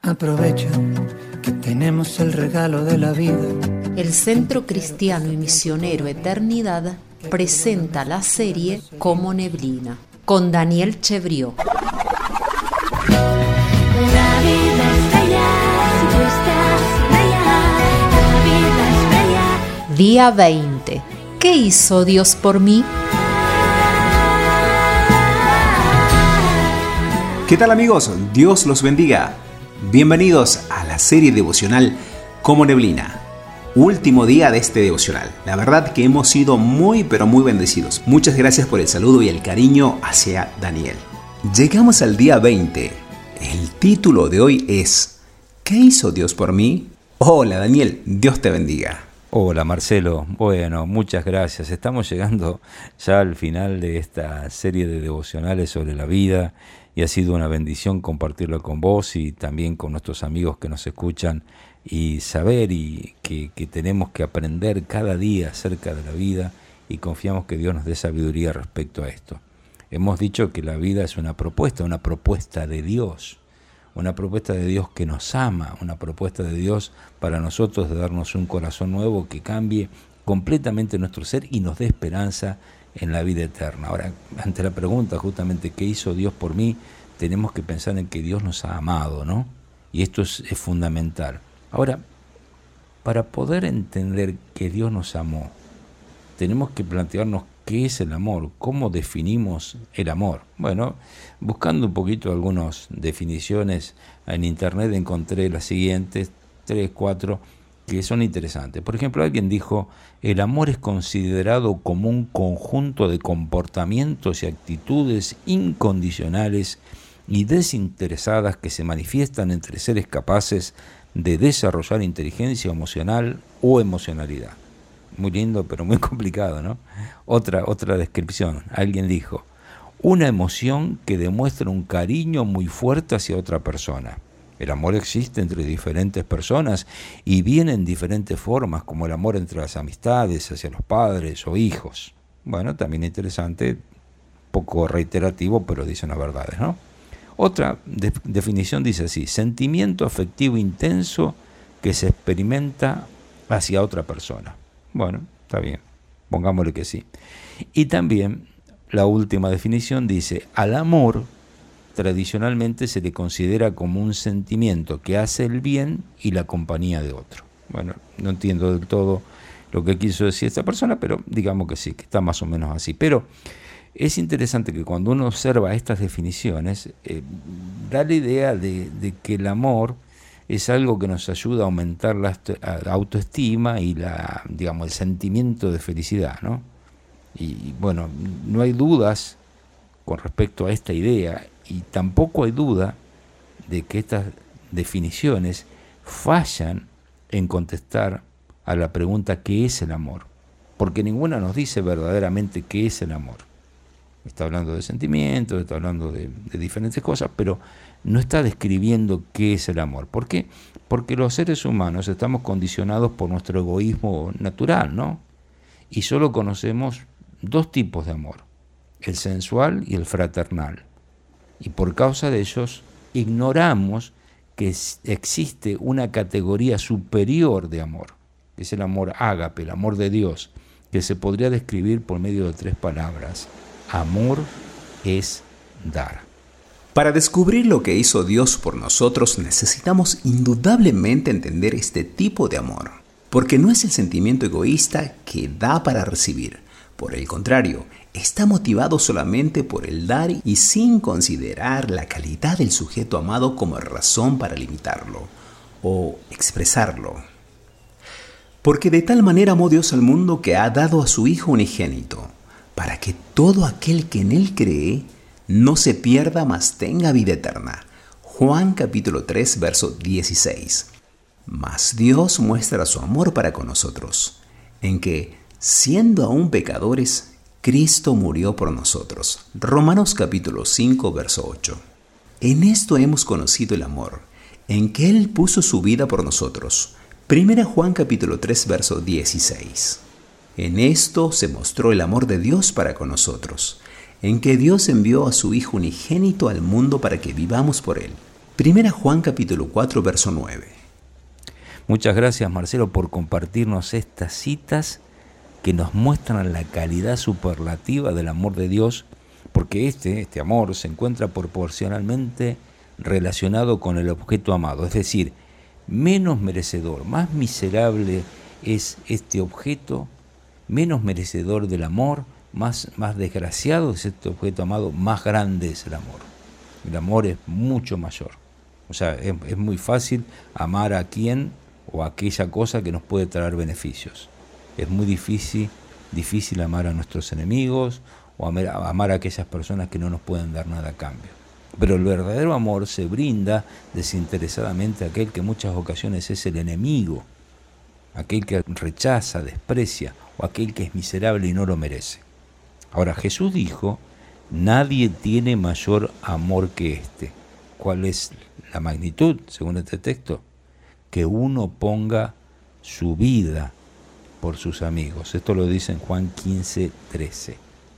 Aprovecha que tenemos el regalo de la vida. El Centro Cristiano y Misionero Eternidad presenta la serie Como Neblina, con Daniel Chevrió. La vida es bella si tú estás bella. La vida es bella. Día 20. ¿Qué hizo Dios por mí? ¿Qué tal, amigos? Dios los bendiga. Bienvenidos a la serie devocional Como Neblina. Último día de este devocional. La verdad que hemos sido muy bendecidos. Muchas gracias por el saludo y el cariño hacia Daniel. Llegamos al día 20. El título de hoy es ¿Qué hizo Dios por mí? Hola Daniel, Dios te bendiga. Hola Marcelo, bueno, muchas gracias. Estamos llegando ya al final de esta serie de devocionales sobre la vida y ha sido una bendición compartirlo con vos y también con nuestros amigos que nos escuchan y saber que tenemos que aprender cada día acerca de la vida y confiamos que Dios nos dé sabiduría respecto a esto. Hemos dicho que la vida es una propuesta de Dios. Una propuesta de Dios que nos ama, una propuesta de Dios para nosotros de darnos un corazón nuevo que cambie completamente nuestro ser y nos dé esperanza en la vida eterna. Ahora, ante la pregunta justamente ¿qué hizo Dios por mí? Tenemos que pensar en que Dios nos ha amado, ¿no? Y esto es fundamental. Ahora, para poder entender que Dios nos amó, tenemos que plantearnos ¿qué es el amor? ¿Cómo definimos el amor? Bueno, buscando un poquito algunas definiciones en internet encontré las siguientes, 3, 4, que son interesantes. Por ejemplo, alguien dijo, el amor es considerado como un conjunto de comportamientos y actitudes incondicionales y desinteresadas que se manifiestan entre seres capaces de desarrollar inteligencia emocional o emocionalidad. Muy lindo, pero muy complicado, ¿no? Otra descripción. Alguien dijo, una emoción que demuestra un cariño muy fuerte hacia otra persona. El amor existe entre diferentes personas y viene en diferentes formas, como el amor entre las amistades, hacia los padres o hijos. Bueno, también interesante, poco reiterativo, pero dicen las verdades, ¿no? Otra definición dice así, sentimiento afectivo intenso que se experimenta hacia otra persona. Bueno, está bien, pongámosle que sí. Y también la última definición dice, al amor tradicionalmente se le considera como un sentimiento que hace el bien y la compañía de otro. Bueno, no entiendo del todo lo que quiso decir esta persona, pero digamos que sí, que está más o menos así. Pero es interesante que cuando uno observa estas definiciones, da la idea de que el amor es algo que nos ayuda a aumentar la autoestima y el sentimiento de felicidad, ¿no? Y bueno, no hay dudas con respecto a esta idea y tampoco hay duda de que estas definiciones fallan en contestar a la pregunta ¿qué es el amor? Porque ninguna nos dice verdaderamente qué es el amor. Está hablando de sentimientos, está hablando de diferentes cosas, pero no está describiendo qué es el amor. ¿Por qué? Porque los seres humanos estamos condicionados por nuestro egoísmo natural, ¿no? Y solo conocemos dos tipos de amor, el sensual y el fraternal. Y por causa de ellos ignoramos que existe una categoría superior de amor, que es el amor ágape, el amor de Dios, que se podría describir por medio de 3 palabras. Amor es dar. Para descubrir lo que hizo Dios por nosotros necesitamos indudablemente entender este tipo de amor, porque no es el sentimiento egoísta que da para recibir. Por el contrario, está motivado solamente por el dar y sin considerar la calidad del sujeto amado como razón para limitarlo o expresarlo. Porque de tal manera amó Dios al mundo que ha dado a su Hijo unigénito, para que todo aquel que en Él cree no se pierda, mas tenga vida eterna. Juan capítulo 3, verso 16. Mas Dios muestra su amor para con nosotros, en que, siendo aún pecadores, Cristo murió por nosotros. Romanos capítulo 5, verso 8. En esto hemos conocido el amor, en que Él puso su vida por nosotros. 1 Juan capítulo 3, verso 16. En esto se mostró el amor de Dios para con nosotros, en que Dios envió a su Hijo unigénito al mundo para que vivamos por Él. Primera Juan capítulo 4, verso 9. Muchas gracias, Marcelo, por compartirnos estas citas que nos muestran la calidad superlativa del amor de Dios, porque este amor se encuentra proporcionalmente relacionado con el objeto amado, es decir, menos merecedor, más miserable es este objeto, menos merecedor del amor, más desgraciado es este objeto amado, más grande es el amor. El amor es mucho mayor. O sea, es muy fácil amar a quien o a aquella cosa que nos puede traer beneficios. Es muy difícil amar a nuestros enemigos o amar a aquellas personas que no nos pueden dar nada a cambio. Pero el verdadero amor se brinda desinteresadamente a aquel que en muchas ocasiones es el enemigo, aquel que rechaza, desprecia, o aquel que es miserable y no lo merece. Ahora, Jesús dijo, nadie tiene mayor amor que este. ¿Cuál es la magnitud, según este texto? Que uno ponga su vida por sus amigos. Esto lo dice en Juan 15:13.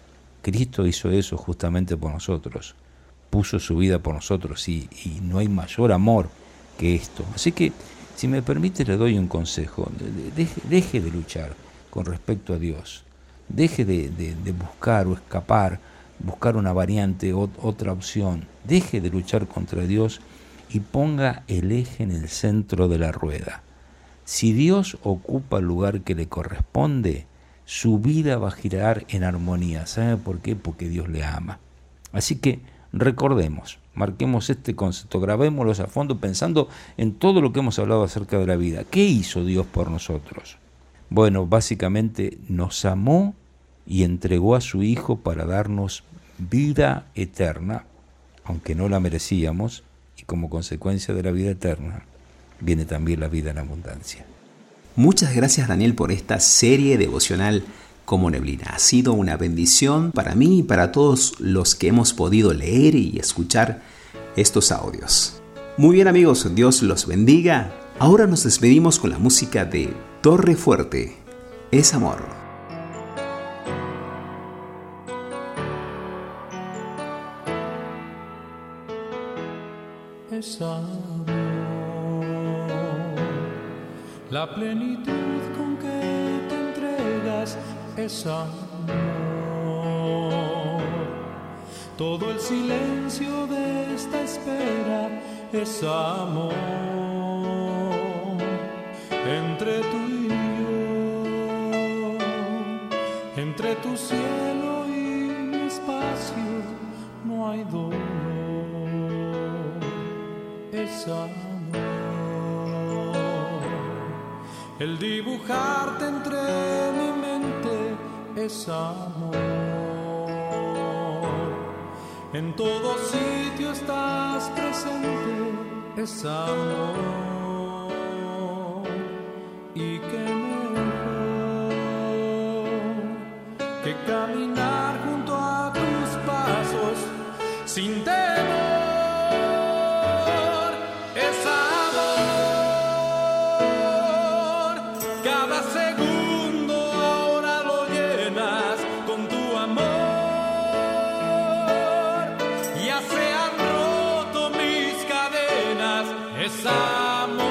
Cristo hizo eso justamente por nosotros. Puso su vida por nosotros y no hay mayor amor que esto. Así que, si me permite, le doy un consejo. Deje de luchar con respecto a Dios. Deje de buscar o escapar, buscar una variante, otra opción. Deje de luchar contra Dios y ponga el eje en el centro de la rueda. Si Dios ocupa el lugar que le corresponde, su vida va a girar en armonía. ¿Sabe por qué? Porque Dios le ama. Así que recordemos, marquemos este concepto, grabémoslo a fondo pensando en todo lo que hemos hablado acerca de la vida. ¿Qué hizo Dios por nosotros? Bueno, básicamente nos amó y entregó a su Hijo para darnos vida eterna, aunque no la merecíamos, y como consecuencia de la vida eterna viene también la vida en abundancia. Muchas gracias, Daniel, por esta serie devocional Como Neblina. Ha sido una bendición para mí y para todos los que hemos podido leer y escuchar estos audios. Muy bien, amigos, Dios los bendiga. Ahora nos despedimos con la música de Torre Fuerte, Es Amor. Es amor, la plenitud con que te entregas es amor, todo el silencio de esta espera es amor, entre tú y yo, entre tu cielo y mi espacio no hay dolor. Es amor, el dibujarte entre mi mente es amor, en todo sitio estás presente, es amor, y qué mejor que caminar junto a tus pasos sin temor. Es amor,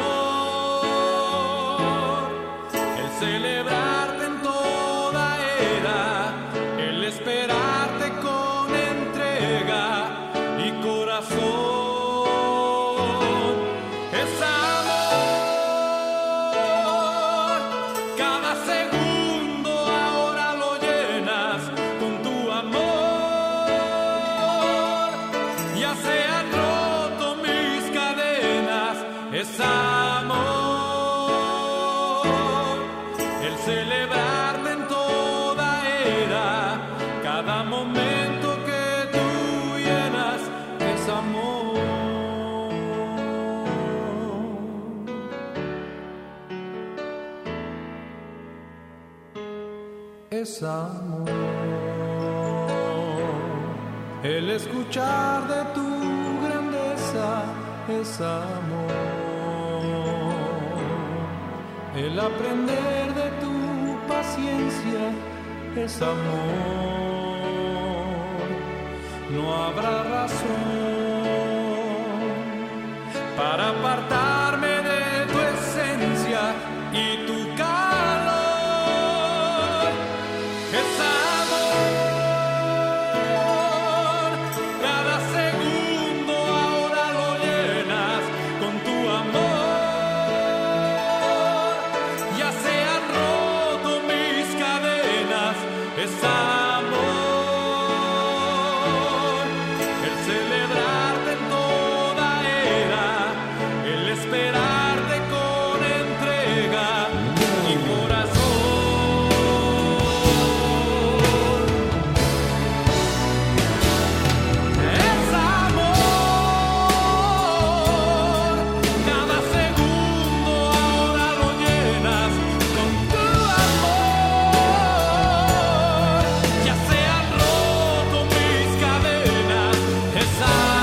el celebrarte en toda era, el esperarte con entrega y corazón. Es amor, cada segundo ahora lo llenas con tu amor, ya sea es amor, el celebrarte en toda era, cada momento que tú llenas es amor. Es amor, el escuchar de tu grandeza es amor, el aprender de tu paciencia es amor. No habrá razón para apartarme de tu esencia y tu calor. Es amor, cada segundo ahora lo llenas con tu amor. Ya se han roto mis cadenas, es amor, el celebrarte en toda era, el esperarte con entrega y corazón. Es amor, cada segundo ahora lo llenas con tu amor. Ya se han roto mis cadenas, es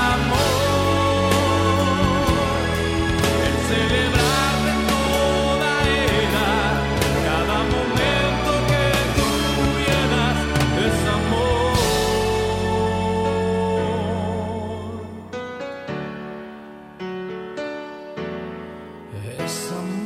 amor, el celebrarte en toda era, cada momento que tú llenas, es amor. Es amor.